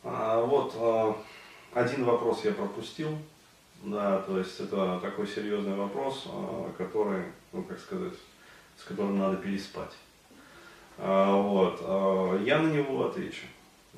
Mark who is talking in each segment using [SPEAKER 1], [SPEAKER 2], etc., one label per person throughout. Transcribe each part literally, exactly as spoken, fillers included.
[SPEAKER 1] А, вот а, один вопрос я пропустил, да, то есть это такой серьезный вопрос, а, который, ну как сказать, с которым надо переспать. А, вот, а, я на него отвечу.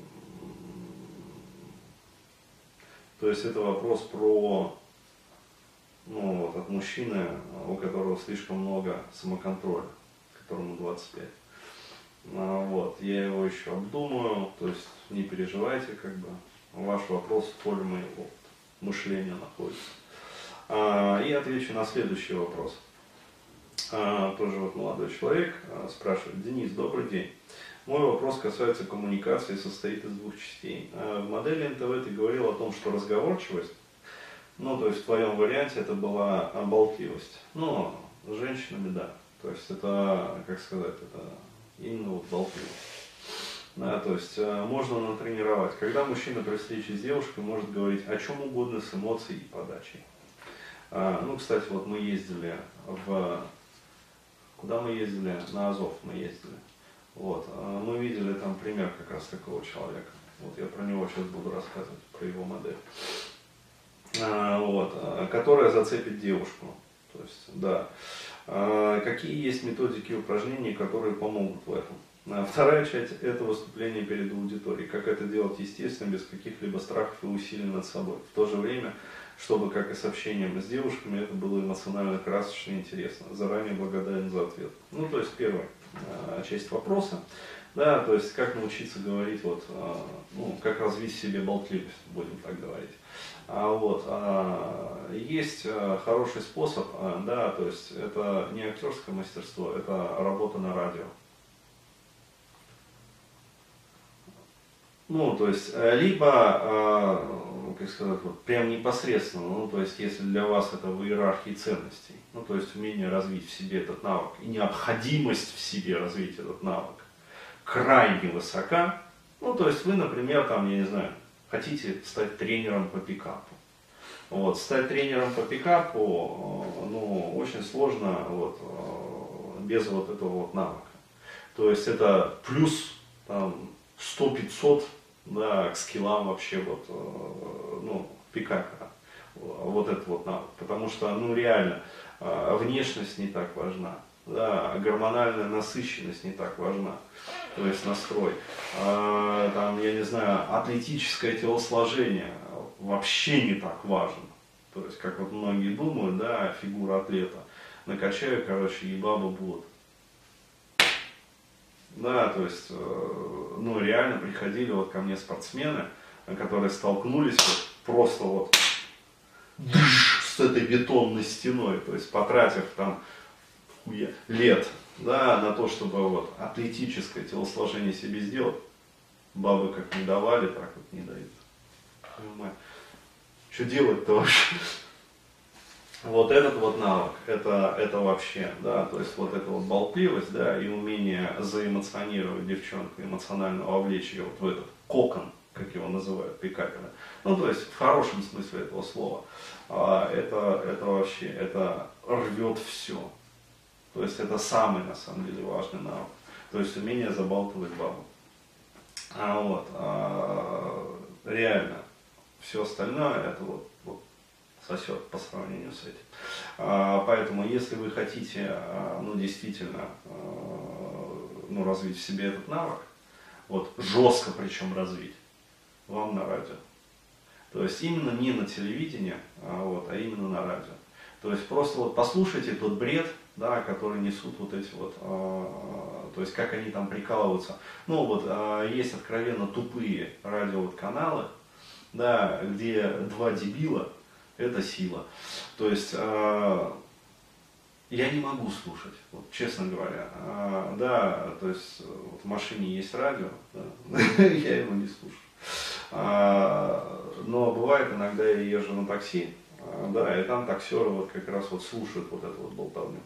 [SPEAKER 1] То есть это вопрос про, ну вот, от мужчины, у которого слишком много самоконтроля, которому двадцать пять. А, вот, я его еще обдумаю, то есть не переживайте, как бы, ваш вопрос в поле моего мышления находится. А, и отвечу на следующий вопрос. А, тоже вот молодой человек а, спрашивает: Денис, добрый день. Мой вопрос касается коммуникации, состоит из двух частей. А, в модели эн тэ вэ ты говорил о том, что разговорчивость, ну то есть в твоем варианте это была болтливость. Ну, с женщинами, да. То есть это, как сказать, это именно вот болтливость. Да, то есть э, можно натренировать. Когда мужчина при встрече с девушкой может говорить о чем угодно с эмоцией и подачей. А, ну, кстати, вот мы ездили в... Куда мы ездили? На Азов мы ездили. Вот. А мы видели там пример как раз такого человека. Вот я про него сейчас буду рассказывать, про его модель. А, вот, а, которая зацепит девушку. То есть, да. А, какие есть методики и упражнения, которые помогут в этом? А вторая часть – это выступление перед аудиторией. Как это делать естественно, без каких-либо страхов и усилий над собой. В то же время, чтобы, как и с общением с девушками, это было эмоционально красочно и интересно. Заранее благодарен за ответ. Ну, то есть, первая а, часть вопроса. Да, то есть, как научиться говорить, вот, а, ну, как развить в себе болтливость, будем так говорить. А вот, а, есть а, хороший способ, а, да, то есть, это не актерское мастерство, это работа на радио. Ну, то есть, либо, как сказать, вот, прям непосредственно, ну, то есть, если для вас это в иерархии ценностей, ну, то есть, умение развить в себе этот навык и необходимость в себе развить этот навык крайне высока, ну, то есть, вы, например, там, я не знаю, хотите стать тренером по пикапу. Вот, стать тренером по пикапу, ну, очень сложно, вот, без вот этого вот навыка. То есть, это плюс, там, сто-пятьсот, да, к скиллам вообще вот, ну, пикапера, вот это вот навык, потому что, ну, реально, внешность не так важна, да, гормональная насыщенность не так важна, то есть настрой, там, я не знаю, атлетическое телосложение вообще не так важно, то есть, как вот многие думают, да, фигура атлета, накачаю, короче, и бабы будут. Да, то есть, ну, реально приходили вот ко мне спортсмены, которые столкнулись вот просто вот с этой бетонной стеной, то есть, потратив там лет, да, на то, чтобы вот атлетическое телосложение себе сделать, бабы как не давали, так вот не дают. Понимаю. Что делать-то вообще? Вот этот вот навык, это, это вообще, да, то есть вот эта вот болтливость, да, и умение заэмоционировать девчонку, эмоционально вовлечь ее вот в этот кокон, как его называют пикаперы, ну, то есть в хорошем смысле этого слова, а, это, это вообще, это рвет все, то есть это самый, на самом деле, важный навык, то есть умение забалтывать бабу, а вот, а, реально, все остальное, это вот, вот сосет по сравнению с этим. А, поэтому, если вы хотите, а, ну, действительно, а, ну, развить в себе этот навык, вот, жестко причем развить, вам на радио. То есть, именно не на телевидении, а, вот, а именно на радио. То есть, просто вот послушайте тот бред, да, который несут вот эти вот, а, то есть, как они там прикалываются. Ну, вот, а, есть откровенно тупые радио вот каналы, да, где два дебила, это сила. То есть, э, я не могу слушать, вот, честно говоря. Э, да, то есть, вот в машине есть радио, да, я его не слушаю. Э, но бывает, иногда я езжу на такси, э, да, и там таксеры вот как раз вот слушают вот эту вот болтовню.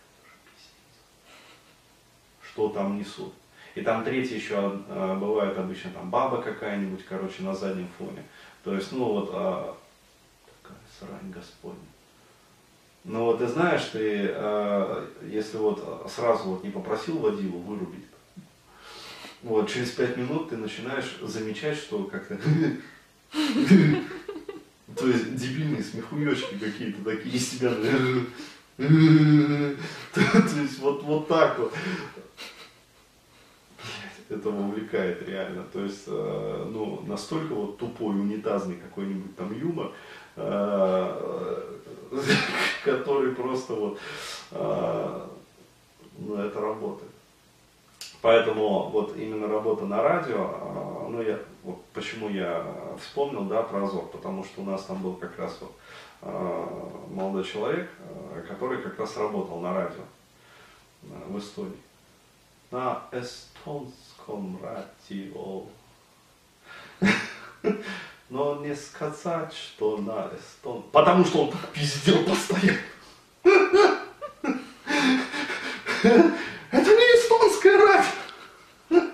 [SPEAKER 1] Что там несут. И там третье еще э, бывает обычно там баба какая-нибудь, короче, на заднем фоне. То есть, ну вот, э, срань Господня. Но вот ты знаешь, ты, э, если вот сразу вот не попросил водилу вырубить, Вот, через пять минут ты начинаешь замечать, что как-то... То есть дебильные смехуёчки какие-то такие из тебя. То есть вот, вот так вот. Это вовлекает реально. То есть, ну, настолько вот тупой, унитазный какой-нибудь там юмор, который просто вот, ну, это работает. Поэтому вот именно работа на радио, ну я, вот почему я вспомнил, да, про Азов, потому что у нас там был как раз вот молодой человек, который как раз работал на радио в Эстонии. На эстонском радио. Но не сказать, что на эстон... Потому что он так пиздел постоянно. Это не эстонское радио.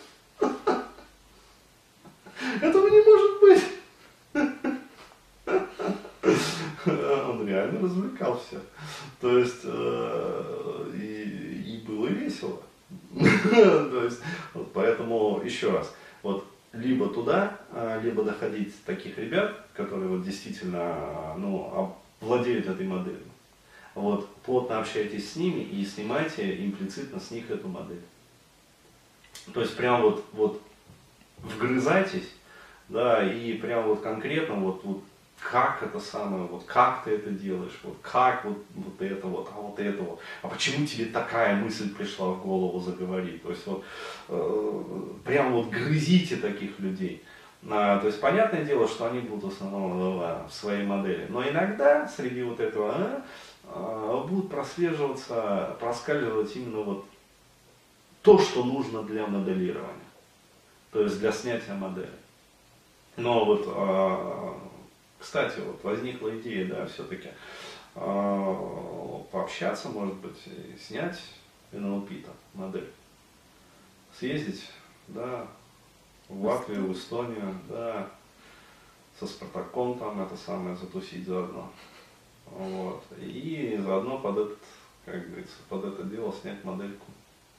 [SPEAKER 1] Этого не может быть. Он реально развлекал всех. То есть, э, и, и было весело. То есть, вот поэтому еще раз, вот либо туда, либо доходить таких ребят, которые вот действительно, ну, владеют этой моделью. Вот, плотно общайтесь с ними и снимайте имплицитно с них эту модель. То есть прям вот, вот вгрызайтесь, да, и прям вот конкретно вот, вот как это самое, вот как ты это делаешь, вот как вот, вот это вот, а вот это вот, а почему тебе такая мысль пришла в голову заговорить, то есть вот э, прям вот грызите таких людей. А, то есть понятное дело, что они будут в основном в своей модели, но иногда среди вот этого а, а, будут прослеживаться, проскальзывать именно вот то, что нужно для моделирования, то есть для снятия модели. Но вот а, кстати, вот возникла идея, да, все-таки э, пообщаться, может быть, и снять эн эл пи-то модель. Съездить, да, в Латвию, в Эстонию, да, со Спартаком там это самое затусить заодно. Вот. И заодно под этот, как говорится, под это дело снять модельку.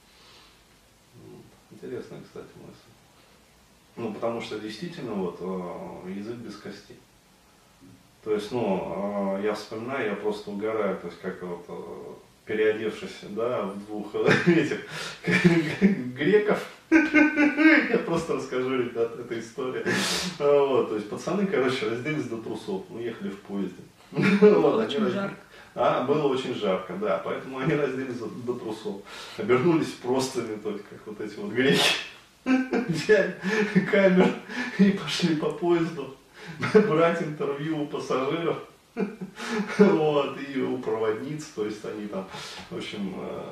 [SPEAKER 1] Интересная, кстати, мысль. Ну, потому что действительно вот э, язык без костей. То есть, ну, я вспоминаю, я просто угораю, то есть, как вот, переодевшись, да, в двух этих греков, я просто расскажу, ребят, эту историю. Вот, то есть, пацаны, короче, разделись до трусов, мы ехали в поезде.
[SPEAKER 2] Было очень жарко.
[SPEAKER 1] А, было очень жарко, да, поэтому они разделись до трусов, обернулись просто, то есть, как вот эти вот греки, взяли камеру и пошли по поезду брать интервью у пассажиров, вот, и у проводниц, то есть они там, в общем,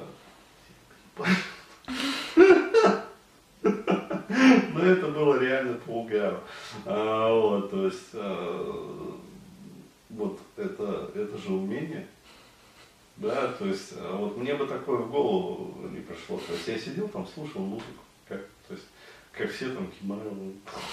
[SPEAKER 1] ну это было реально по угару, вот, то есть, вот это, это же умение, да, то есть, вот мне бы такое в голову не пришло, то есть я сидел там, слушал музыку, как, то есть, как все там кимарелы.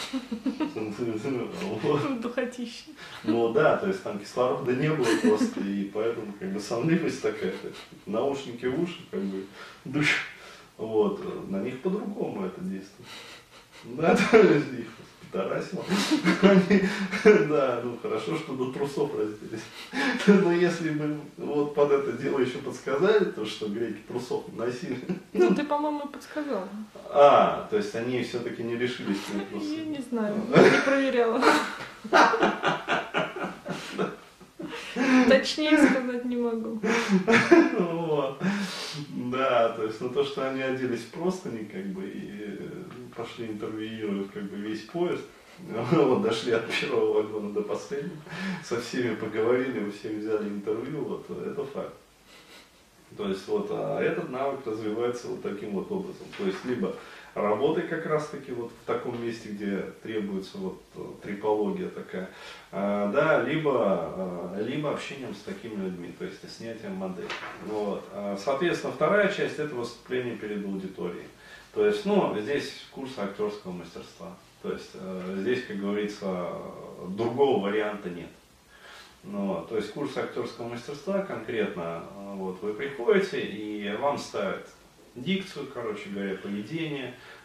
[SPEAKER 2] Духотища.
[SPEAKER 1] Ну да, то есть там кислорода не было просто, и поэтому как бы сонливость такая, наушники в уши, как бы, душ, вот, на них по-другому это действует. Да, то есть их пидорасило. Да, ну хорошо, что до трусов разделись. Но если бы вот под это дело еще подсказали, то что греки трусов носили.
[SPEAKER 2] Ну ты, по-моему, подсказал.
[SPEAKER 1] А, то есть они все-таки не решились на трусы.
[SPEAKER 2] Я не знаю, не проверяла. Точнее сказать не могу. Вот. Да, то есть, ну то, что они оделись просто не как бы и пошли интервьюировать как бы весь поезд, вот, дошли от первого вагона до последнего, со всеми поговорили, у всех взяли интервью, вот это факт. То есть вот а этот навык развивается вот таким вот образом. То есть либо работой как раз таки вот в таком месте, где требуется вот трипология такая, а, да, либо, а, либо общением с такими людьми, то есть снятием модели. Вот. А, соответственно, вторая часть это выступление перед аудиторией. То есть, ну, здесь курс актерского мастерства. То есть э, здесь, как говорится, другого варианта нет. Ну, то есть курс актерского мастерства конкретно, вот, вы приходите и вам ставят дикцию, короче говоря, поведение,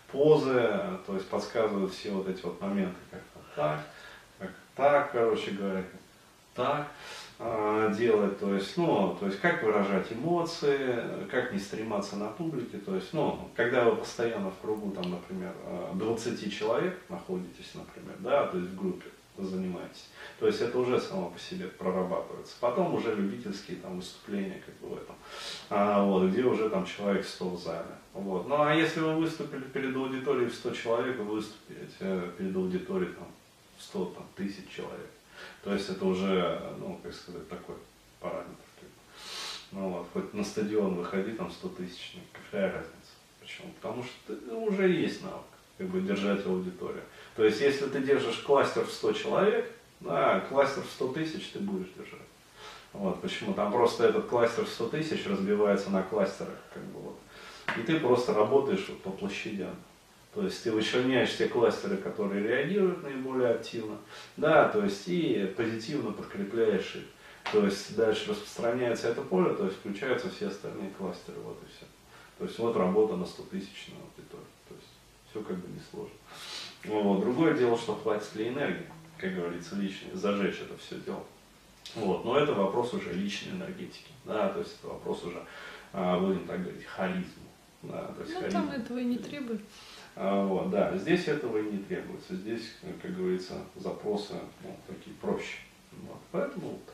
[SPEAKER 1] позы, то есть подсказывают все вот эти вот моменты, как так, как так, короче говоря, как так э, делать, то есть, ну, то есть как выражать эмоции, как не стрематься на публике, то есть, ну, когда вы постоянно в кругу, там, например, двадцати человек находитесь, например, да, то есть в группе вы занимаетесь, то есть это уже само по себе прорабатывается. Потом уже любительские там выступления, как бы в этом, а, вот, где уже там человек сто в зале. Вот. Ну а если вы выступили перед аудиторией в сто человек, вы выступите перед аудиторией там, в сто там, тысяч человек. То есть это уже, ну, как сказать, такой параметр. Ну вот, хоть на стадион выходи, там сто тысяч, какая разница? Почему? Потому что ну, уже есть навык, как бы держать аудиторию. То есть если ты держишь кластер в сто человек, да, кластер в сто тысяч ты будешь держать. Вот, почему? Там просто этот кластер в сто тысяч разбивается на кластерах, как бы вот. И ты просто работаешь вот по площадям. То есть ты вычленяешь те кластеры, которые реагируют наиболее активно, да, то есть и позитивно подкрепляешь их. То есть дальше распространяется это поле, то есть включаются все остальные кластеры, вот и все. То есть вот работа на сто тысяч на аудиторию. То есть все как бы несложно. Вот. Другое дело, что хватит ли энергии, как говорится, личной, зажечь это все дело. Вот. Но это вопрос уже личной энергетики, да, то есть это вопрос уже, будем так говорить, харизма. Да, то есть
[SPEAKER 3] ну
[SPEAKER 1] харизма.
[SPEAKER 3] там этого и не требуется.
[SPEAKER 1] А, вот, да, здесь этого и не требуется. Здесь, как говорится, запросы ну, такие проще. Вот. Поэтому вот так.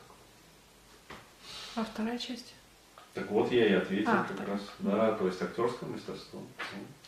[SPEAKER 3] А вторая часть?
[SPEAKER 1] Так вот я и ответил
[SPEAKER 3] а,
[SPEAKER 1] как
[SPEAKER 3] так.
[SPEAKER 1] раз. Да, то есть актерское мастерство.